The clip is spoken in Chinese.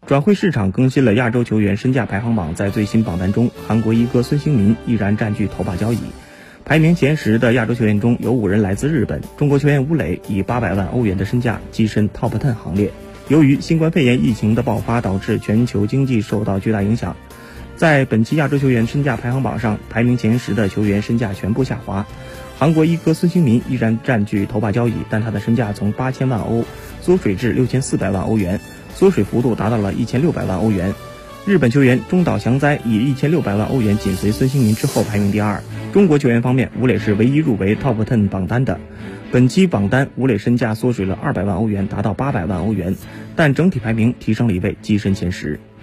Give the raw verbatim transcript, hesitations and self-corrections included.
转会市场更新了亚洲球员身价排行榜，在最新榜单中，韩国一哥孙兴民依然占据头把交椅。排名前十的亚洲球员中有五人来自日本，中国球员吴磊以八百万欧元的身价跻身 Top 十 行列。由于新冠肺炎疫情的爆发，导致全球经济受到巨大影响，在本期亚洲球员身价排行榜上，排名前十的球员身价全部下滑。韩国一哥孙兴民依然占据头把交椅，但他的身价从八千万欧缩水至六千四百万欧元，缩水幅度达到了一千六百万欧元。日本球员中岛祥哉以一千六百万欧元紧随孙兴民之后排名第二。中国球员方面，吴磊是唯一入围 Top 十 榜单的。本期榜单，吴磊身价缩水了二百万欧元，达到八百万欧元，但整体排名提升了一位，跻身前十。